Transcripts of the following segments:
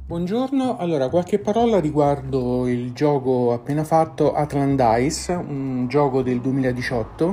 Buongiorno, allora qualche parola riguardo il gioco appena fatto Atlantis, un gioco del 2018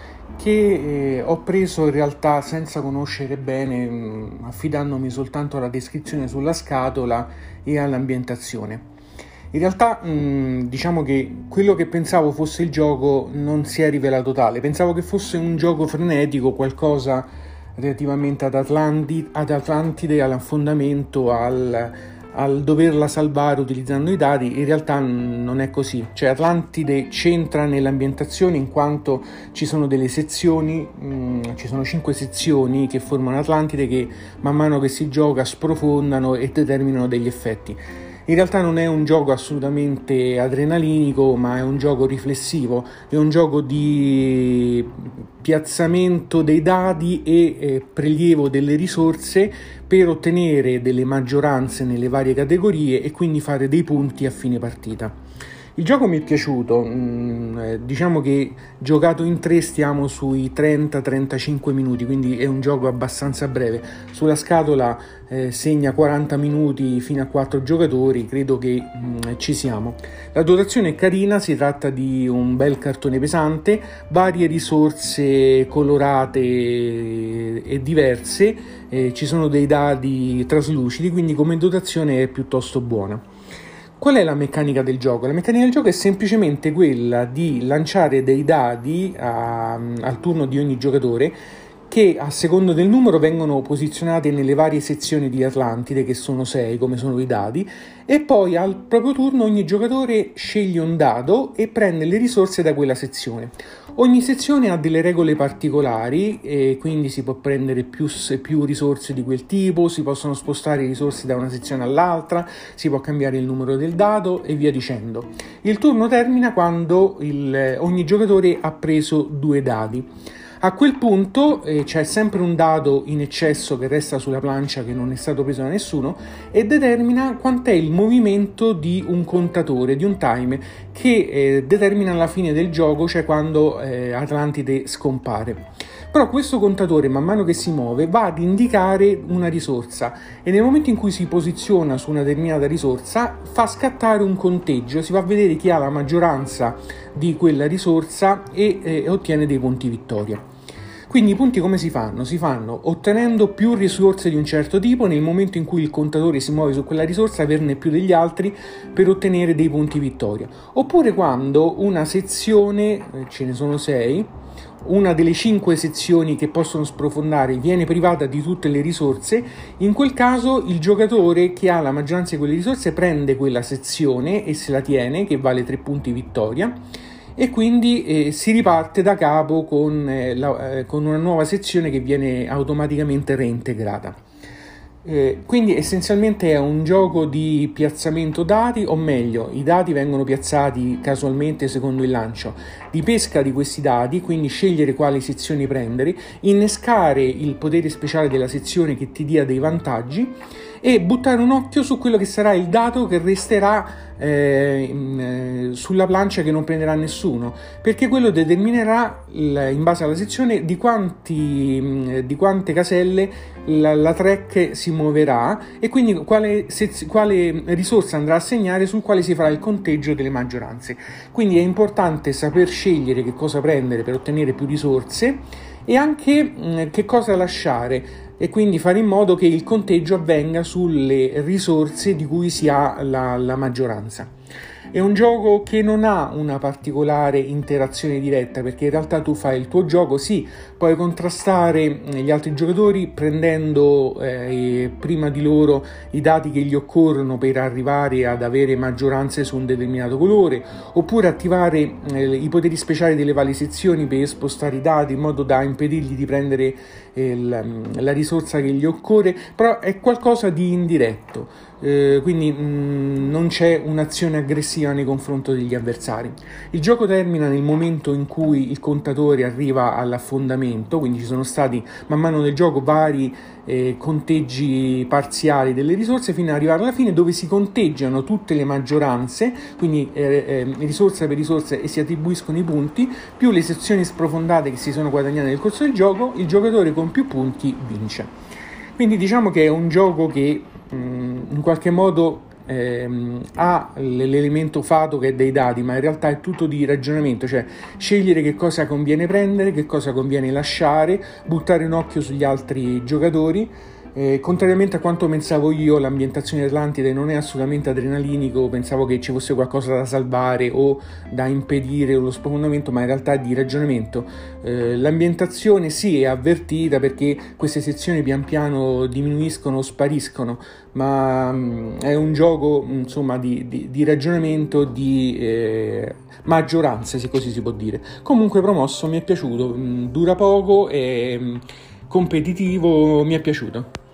che ho preso in realtà senza conoscere bene, affidandomi soltanto alla descrizione sulla scatola e all'ambientazione. In realtà diciamo che quello che pensavo fosse il gioco non si è rivelato tale, pensavo che fosse un gioco frenetico, qualcosa relativamente ad Atlantide, all'affondamento, al doverla salvare utilizzando i dati. In realtà non è così, cioè Atlantide c'entra nell'ambientazione in quanto ci sono delle sezioni, ci sono 5 sezioni che formano Atlantide che man mano che si gioca sprofondano e determinano degli effetti. In realtà non è un gioco assolutamente adrenalinico, ma è un gioco riflessivo, è un gioco di piazzamento dei dadi e prelievo delle risorse per ottenere delle maggioranze nelle varie categorie e quindi fare dei punti a fine partita. Il gioco mi è piaciuto, diciamo che giocato in 3 stiamo sui 30-35 minuti, quindi è un gioco abbastanza breve. Sulla scatola segna 40 minuti fino a 4 giocatori, credo che ci siamo. La dotazione è carina, si tratta di un bel cartone pesante, varie risorse colorate e diverse, ci sono dei dadi traslucidi, quindi come dotazione è piuttosto buona. Qual è la meccanica del gioco? La meccanica del gioco è semplicemente quella di lanciare dei dadi al turno di ogni giocatore che a secondo del numero vengono posizionati nelle varie sezioni di Atlantide, che sono 6 come sono i dadi, e poi al proprio turno ogni giocatore sceglie un dado e prende le risorse da quella sezione. Ogni sezione ha delle regole particolari e quindi si può prendere più risorse di quel tipo, si possono spostare risorse da una sezione all'altra, si può cambiare il numero del dado e via dicendo. Il turno termina quando ogni giocatore ha preso 2 dadi. A quel punto c'è sempre un dado in eccesso che resta sulla plancia, che non è stato preso da nessuno, e determina quant'è il movimento di un contatore, di un timer, che determina la fine del gioco, cioè quando Atlantide scompare. Però questo contatore, man mano che si muove, va ad indicare una risorsa e nel momento in cui si posiziona su una determinata risorsa fa scattare un conteggio, si va a vedere chi ha la maggioranza di quella risorsa e ottiene dei punti vittoria. Quindi i punti come si fanno? Si fanno ottenendo più risorse di un certo tipo, nel momento in cui il contatore si muove su quella risorsa, averne più degli altri per ottenere dei punti vittoria. Oppure quando una sezione, ce ne sono 6, una delle 5 sezioni che possono sprofondare viene privata di tutte le risorse, in quel caso il giocatore che ha la maggioranza di quelle risorse prende quella sezione e se la tiene, che vale 3 punti vittoria, e quindi si riparte da capo con una nuova sezione che viene automaticamente reintegrata. Quindi essenzialmente è un gioco di piazzamento dati, o meglio, i dati vengono piazzati casualmente secondo il lancio, di pesca di questi dati, quindi scegliere quali sezioni prendere, innescare il potere speciale della sezione che ti dia dei vantaggi e buttare un occhio su quello che sarà il dato che resterà sulla plancia, che non prenderà nessuno, perché quello determinerà in base alla sezione di quante caselle la track si muoverà e quindi quale risorsa andrà a segnare, sul quale si farà il conteggio delle maggioranze. Quindi è importante saper scegliere che cosa prendere per ottenere più risorse e anche che cosa lasciare, e quindi fare in modo che il conteggio avvenga sulle risorse di cui si ha la maggioranza. È un gioco che non ha una particolare interazione diretta, perché in realtà tu fai il tuo gioco, sì, puoi contrastare gli altri giocatori prendendo prima di loro i dati che gli occorrono per arrivare ad avere maggioranze su un determinato colore, oppure attivare i poteri speciali delle varie sezioni per spostare i dati in modo da impedirgli di prendere la risorsa che gli occorre, però è qualcosa di indiretto. Quindi non c'è un'azione aggressiva nei confronti degli avversari. Il gioco termina nel momento in cui il contatore arriva all'affondamento, quindi ci sono stati man mano nel gioco vari conteggi parziali delle risorse fino ad arrivare alla fine, dove si conteggiano tutte le maggioranze, quindi risorsa per risorsa, e si attribuiscono i punti più le sezioni sprofondate che si sono guadagnate nel corso del gioco. Il giocatore con più punti vince. Quindi diciamo che è un gioco che in qualche modo ha l'elemento fato che è dei dati, ma in realtà è tutto di ragionamento, cioè scegliere che cosa conviene prendere, che cosa conviene lasciare, buttare un occhio sugli altri giocatori. Contrariamente a quanto pensavo io, l'ambientazione Atlantide non è assolutamente adrenalinico, pensavo che ci fosse qualcosa da salvare o da impedire lo sprofondamento, ma in realtà è di ragionamento. L'ambientazione sì è avvertita perché queste sezioni pian piano diminuiscono o spariscono, ma è un gioco insomma di ragionamento, di maggioranza, se così si può dire. Comunque promosso, mi è piaciuto, dura poco e competitivo, mi è piaciuto.